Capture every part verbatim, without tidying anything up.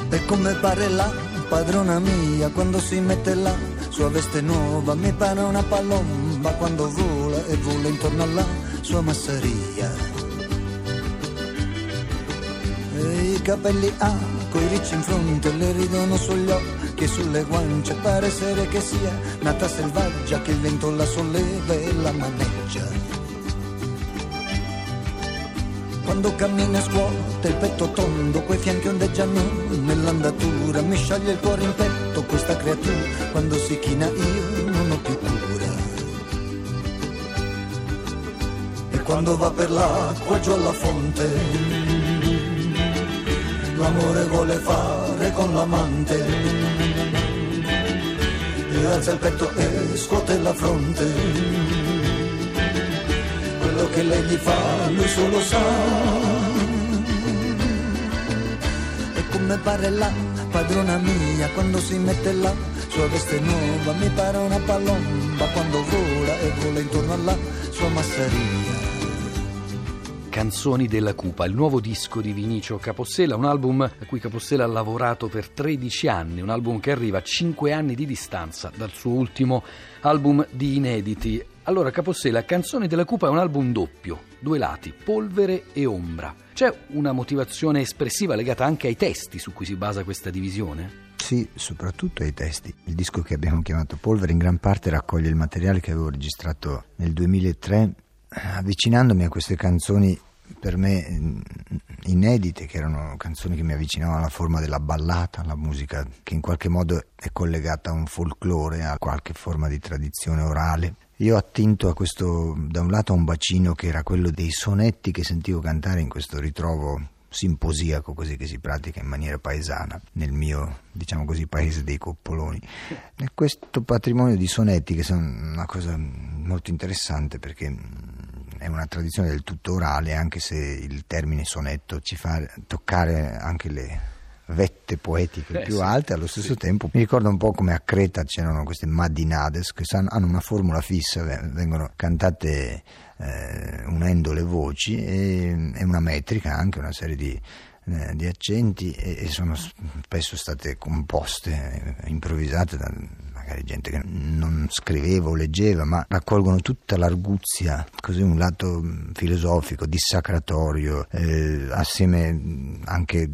E come pare la padrona mia quando si mette la sua veste nuova, mi pare una palomba quando vola e vola intorno alla sua masseria. E i capelli ha coi ricci in fronte, le ridono sugli occhi e sulle guance, pare essere che sia nata selvaggia, che il vento la solleva e la maneggia. Quando cammina scuote il petto tondo, quei fianchi ondeggiano nell'andatura, mi scioglie il cuore in petto questa creatura, quando si china io non ho più cura. E quando va per l'acqua giù alla fonte, l'amore vuole fare con l'amante, e alza il petto e scuote la fronte. Quello che lei gli fa, lui solo sa. E come pare la padrona mia quando si mette la sua veste nuova, mi pare una palomba quando vola e vola intorno alla sua masseria. Canzoni della Cupa, il nuovo disco di Vinicio Capossela, un album a cui Capossela ha lavorato per tredici anni, un album che arriva a cinque anni di distanza dal suo ultimo album di inediti. Allora, Capossela, Canzoni della Cupa è un album doppio, due lati, polvere e ombra. C'è una motivazione espressiva legata anche ai testi su cui si basa questa divisione? Sì, soprattutto ai testi. Il disco che abbiamo chiamato Polvere in gran parte raccoglie il materiale che avevo registrato nel duemilatré, avvicinandomi a queste canzoni per me inedite, che erano canzoni che mi avvicinavano alla forma della ballata, alla musica che in qualche modo è collegata a un folklore, a qualche forma di tradizione orale. Io ho attinto a questo, da un lato a un bacino che era quello dei sonetti che sentivo cantare in questo ritrovo simposiaco, così, che si pratica in maniera paesana nel mio, diciamo così, paese dei coppoloni. E questo patrimonio di sonetti, che sono una cosa molto interessante perché è una tradizione del tutto orale, anche se il termine sonetto ci fa toccare anche le vette poetiche eh, più sì, alte. Allo stesso sì. tempo mi ricorda un po' come a Creta c'erano queste madinades che hanno una formula fissa, vengono cantate eh, unendo le voci e, e una metrica, anche una serie di, eh, di accenti, e, e sono spesso state composte, eh, improvvisate da magari gente che non scriveva o leggeva, ma raccolgono tutta l'arguzia, così un lato filosofico, dissacratorio, eh, assieme anche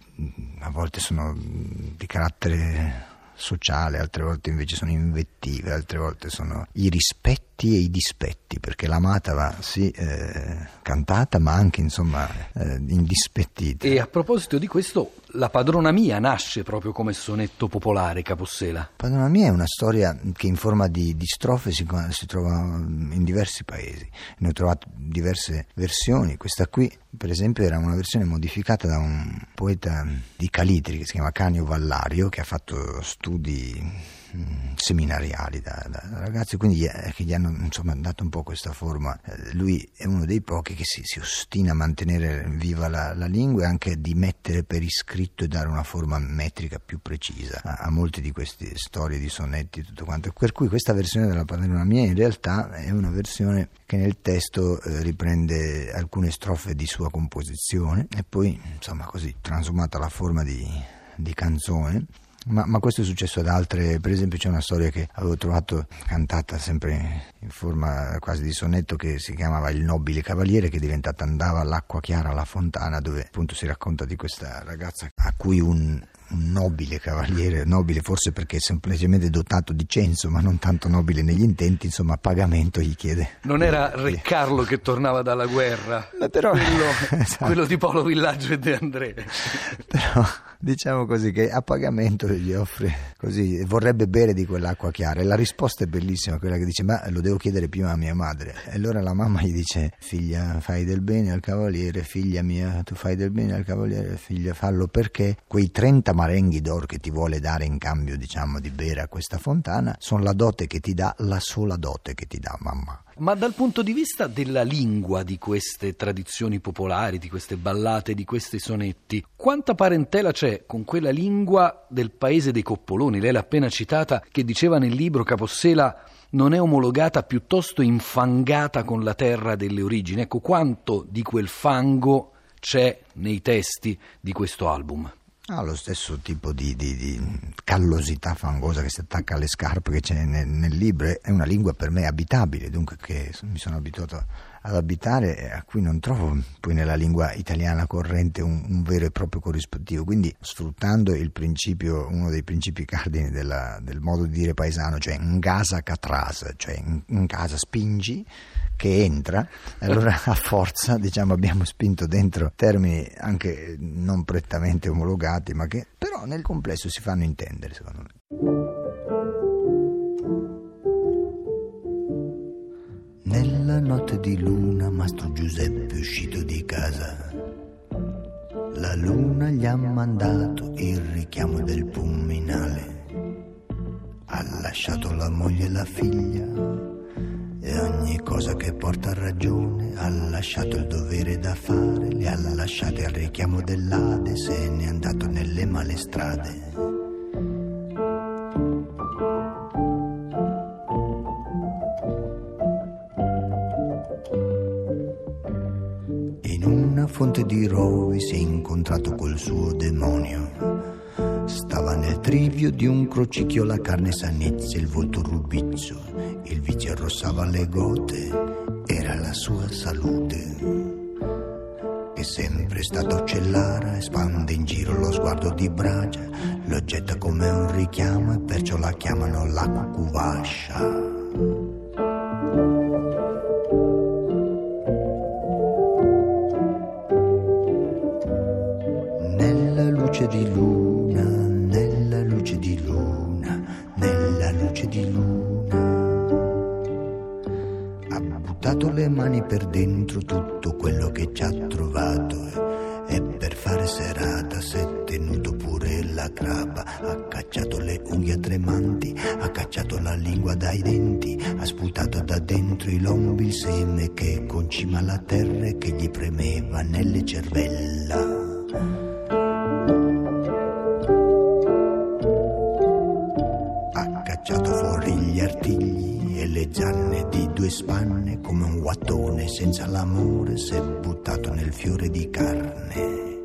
a volte sono di carattere sociale, altre volte invece sono invettive, altre volte sono i rispetti e i dispetti, perché l'amata va sì eh, cantata ma anche insomma eh, indispettita. E a proposito di questo, La padrona mia nasce proprio come sonetto popolare, Capossela. Padrona mia è una storia che in forma di, di strofe si, si trova in diversi paesi, ne ho trovato diverse versioni. Questa qui per esempio era una versione modificata da un poeta di Calitri che si chiama Canio Vallario, che ha fatto studi seminariali da, da ragazzi, quindi eh, che gli hanno insomma dato un po' questa forma. Eh, lui è uno dei pochi che si, si ostina a mantenere viva la, la lingua e anche di mettere per iscritto e dare una forma metrica più precisa a, a molte di queste storie di sonetti e tutto quanto, per cui questa versione della padrona mia in realtà è una versione che nel testo eh, riprende alcune strofe di sua composizione e poi insomma così trasformata la forma di, di canzone. Ma, ma questo è successo ad altre. Per esempio c'è una storia che avevo trovato cantata sempre in forma quasi di sonetto, che si chiamava Il nobile cavaliere, che è diventata Andava all'acqua chiara alla fontana, dove appunto si racconta di questa ragazza a cui un, un nobile cavaliere, nobile forse perché è semplicemente dotato di censo ma non tanto nobile negli intenti, insomma a pagamento gli chiede. Non era Re Carlo che tornava dalla guerra, ma però, quello, esatto. quello di Paolo Villaggio e De André. Però diciamo così che a pagamento gli offre così, vorrebbe bere di quell'acqua chiara, e la risposta è bellissima, quella che dice: ma lo devo chiedere prima a mia madre. E allora la mamma gli dice: figlia, fai del bene al cavaliere, figlia mia, tu fai del bene al cavaliere, figlia, fallo, perché quei trenta marenghi d'oro che ti vuole dare in cambio, diciamo, di bere a questa fontana sono la dote che ti dà, la sola dote che ti dà mamma. Ma dal punto di vista della lingua di queste tradizioni popolari, di queste ballate, di questi sonetti, quanta parentela c'è con quella lingua del paese dei coppoloni? Lei l'ha appena citata, che diceva nel libro Capossela non è omologata, piuttosto infangata con la terra delle origini. Ecco, quanto di quel fango c'è nei testi di questo album? Ha lo stesso tipo di, di, di callosità fangosa che si attacca alle scarpe che c'è nel, nel libro. È una lingua per me abitabile, dunque che mi sono abituato ad abitare e a cui non trovo poi nella lingua italiana corrente un, un vero e proprio corrispettivo. Quindi, sfruttando il principio, uno dei principi cardini della, del modo di dire paesano, cioè ngasa catras, cioè in, in casa spingi che entra, allora a forza, diciamo, abbiamo spinto dentro termini anche non prettamente omologati, ma che però nel complesso si fanno intendere, secondo me. Nella notte di luna Mastro Giuseppe è uscito di casa. La luna gli ha mandato il richiamo del Pumminale. Ha lasciato la moglie e la figlia e ogni cosa che porta a ragione. Ha lasciato il dovere da fare, le ha lasciate al richiamo dell'Ade, se n'è andato nelle male strade. Fonte di Rovi si è incontrato col suo demonio. Stava nel trivio di un crocicchio la carne sanezza, il volto rubizzo, il vizio arrossava le gote, era la sua salute. È sempre stata uccellara, espande in giro lo sguardo di bragia, lo getta come un richiamo e perciò la chiamano la cucuvascia. Di luna, nella luce di luna, nella luce di luna. Ha buttato le mani per dentro tutto quello che ci ha trovato e per fare serata si è tenuto pure la crapa. Ha cacciato le unghie tremanti, ha cacciato la lingua dai denti, ha sputato da dentro i lombi il seme che concima la terra e che gli premeva nelle cervella. Gli artigli e le zanne di due spanne, come un guattone senza l'amore s'è buttato nel fiore di carne.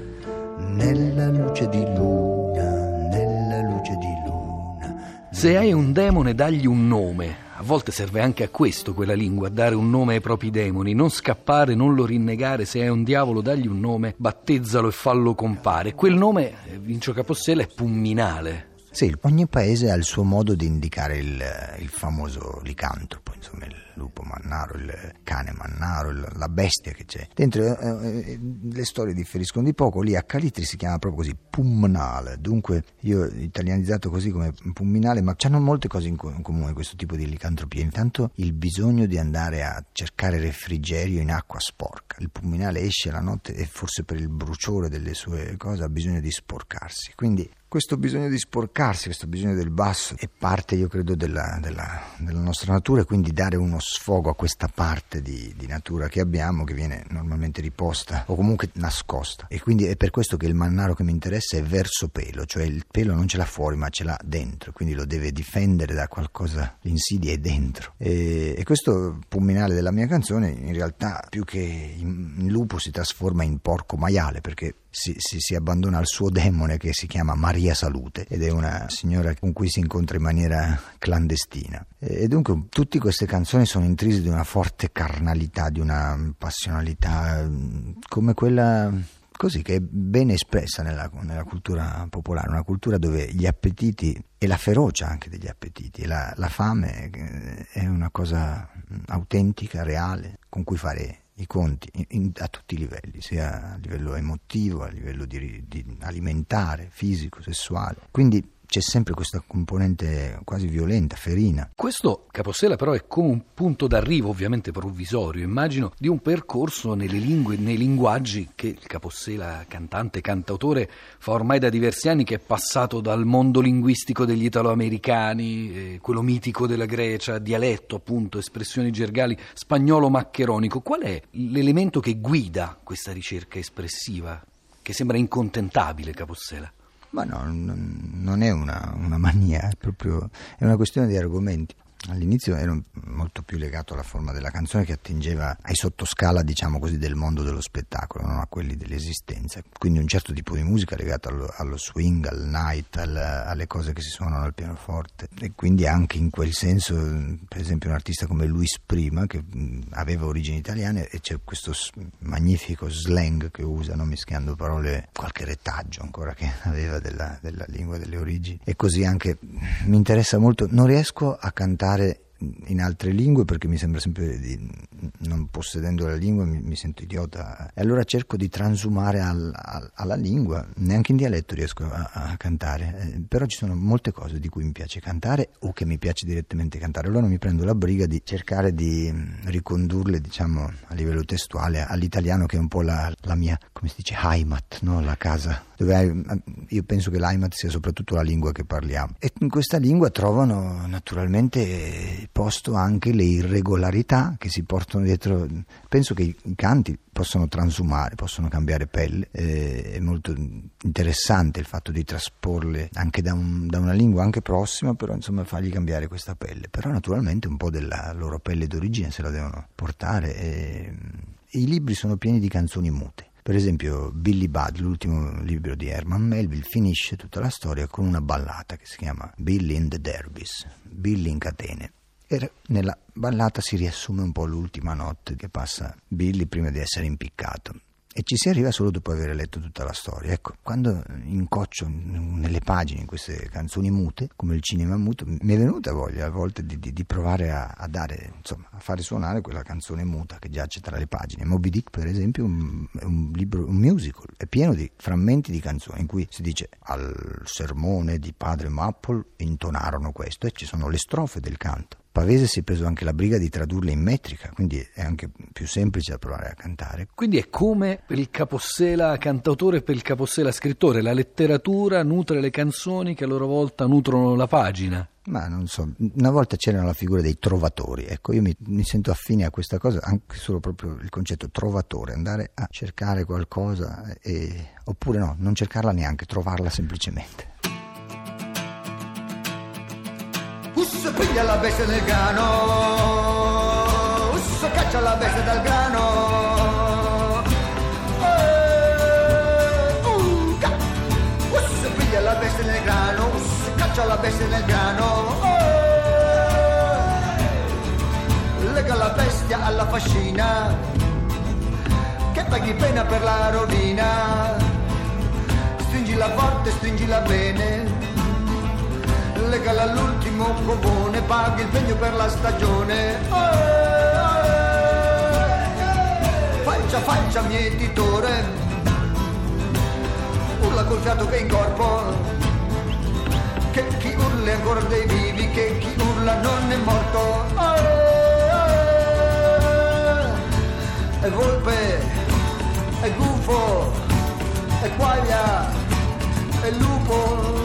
Nella luce di luna, nella luce di luna. Se hai un demone, dagli un nome. A volte serve anche a questo quella lingua, a dare un nome ai propri demoni. Non scappare, non lo rinnegare. Se hai un diavolo, dagli un nome, battezzalo e fallo compare. Quel nome, Vincio Capossela, è Pumminale. Sì, ogni paese ha il suo modo di indicare il, il famoso licantropo, insomma il lupo mannaro, il cane mannaro, il, la bestia che c'è. Dentro eh, le storie differiscono di poco, lì a Calitri si chiama proprio così, Pumnale, dunque io ho italianizzato così come Pumminale, ma c'hanno molte cose in, co- in comune questo tipo di licantropia. Intanto il bisogno di andare a cercare refrigerio in acqua sporca. Il Pumminale esce la notte e forse per il bruciore delle sue cose ha bisogno di sporcarsi, quindi questo bisogno di sporcarsi, questo bisogno del basso è parte, io credo, della, della, della nostra natura, e quindi dare uno sfogo a questa parte di, di natura che abbiamo, che viene normalmente riposta o comunque nascosta. E quindi è per questo che il mannaro che mi interessa è verso pelo, cioè il pelo non ce l'ha fuori ma ce l'ha dentro, quindi lo deve difendere da qualcosa, l'insidia è dentro. E, e questo Pumminale della mia canzone in realtà più che in, in lupo si trasforma in porco maiale, perché Si, si, si abbandona al suo demone che si chiama Maria Salute ed è una signora con cui si incontra in maniera clandestina. E, e dunque tutte queste canzoni sono intrise di una forte carnalità, di una passionalità come quella così che è ben espressa nella, nella cultura popolare, una cultura dove gli appetiti e la ferocia anche degli appetiti e la, la fame è una cosa autentica, reale, con cui fare i conti in, in, a tutti i livelli, sia a livello emotivo, a livello di, di alimentare, fisico, sessuale. Quindi c'è sempre questa componente quasi violenta, ferina. Questo, Capossela, però è come un punto d'arrivo, ovviamente provvisorio, immagino, di un percorso nelle lingue, nei linguaggi che il Capossela, cantante, cantautore, fa ormai da diversi anni, che è passato dal mondo linguistico degli italoamericani, eh, quello mitico della Grecia, dialetto appunto, espressioni gergali, spagnolo maccheronico. Qual è l'elemento che guida questa ricerca espressiva, che sembra incontentabile, Capossela? Ma no, non è una, una mania, è proprio è una questione di argomenti. All'inizio ero molto più legato alla forma della canzone, che attingeva ai sottoscala, diciamo così, del mondo dello spettacolo, non a quelli dell'esistenza. Quindi un certo tipo di musica legato allo, allo swing, al night, al, alle cose che si suonano al pianoforte. E quindi anche in quel senso, per esempio, un artista come Luis Prima, che aveva origini italiane, e c'è questo magnifico slang che usa, no? Mischiando parole, qualche retaggio ancora che aveva della, della lingua delle origini. E così anche mi interessa molto, non riesco a cantare in altre lingue perché mi sembra sempre di, non possedendo la lingua mi, mi sento idiota, e allora cerco di transumare al, al, alla lingua. Neanche in dialetto riesco a, a cantare, eh, però ci sono molte cose di cui mi piace cantare o che mi piace direttamente cantare, allora mi prendo la briga di cercare di ricondurle, diciamo, a livello testuale all'italiano, che è un po' la, la mia, come si dice, Heimat, no? La casa dove hai, io penso che l'Heimat sia soprattutto la lingua che parliamo, e in questa lingua trovano naturalmente posto anche le irregolarità che si portano dietro. Penso che i canti possono transumare, possono cambiare pelle, eh, è molto interessante il fatto di trasporle anche da, un, da una lingua anche prossima, però insomma fargli cambiare questa pelle, però naturalmente un po' della loro pelle d'origine se la devono portare. E i libri sono pieni di canzoni mute. Per esempio Billy Budd, l'ultimo libro di Herman Melville, finisce tutta la storia con una ballata che si chiama Billy in the Derbies, Billy in catene. E nella ballata si riassume un po' l'ultima notte che passa Billy prima di essere impiccato, e ci si arriva solo dopo aver letto tutta la storia. Ecco, quando incoccio nelle pagine in queste canzoni mute, come il cinema muto, mi è venuta voglia a volte di, di, di provare a, a dare, insomma, a fare suonare quella canzone muta che giace tra le pagine. Moby Dick, per esempio, è un libro, un musical, è pieno di frammenti di canzoni in cui si dice: al sermone di padre Maple intonarono questo, e ci sono le strofe del canto. Pavese si è preso anche la briga di tradurle in metrica, quindi è anche più semplice da provare a cantare. Quindi è come per il Capossela cantautore e per il Capossela scrittore, la letteratura nutre le canzoni che a loro volta nutrono la pagina. Ma non so, una volta c'era la figura dei trovatori, ecco, io mi, mi sento affine a questa cosa, anche solo proprio il concetto trovatore, andare a cercare qualcosa, e, oppure no, non cercarla neanche, trovarla semplicemente. Usso piglia la bestia nel grano, Usso caccia la bestia dal grano, eh, uh, Usso piglia la bestia nel grano, Usso caccia la bestia nel grano, eh, lega la bestia alla fascina, che paghi pena per la rovina, stringila forte, stringila bene, legala all'ultimo covone, paghi il pegno per la stagione, oh, falcia, falcia mietitore, urla col fiato che è in corpo, che chi urla è ancora dei vivi, che chi urla non è morto, oh, è volpe, è gufo, è quaglia, è lupo,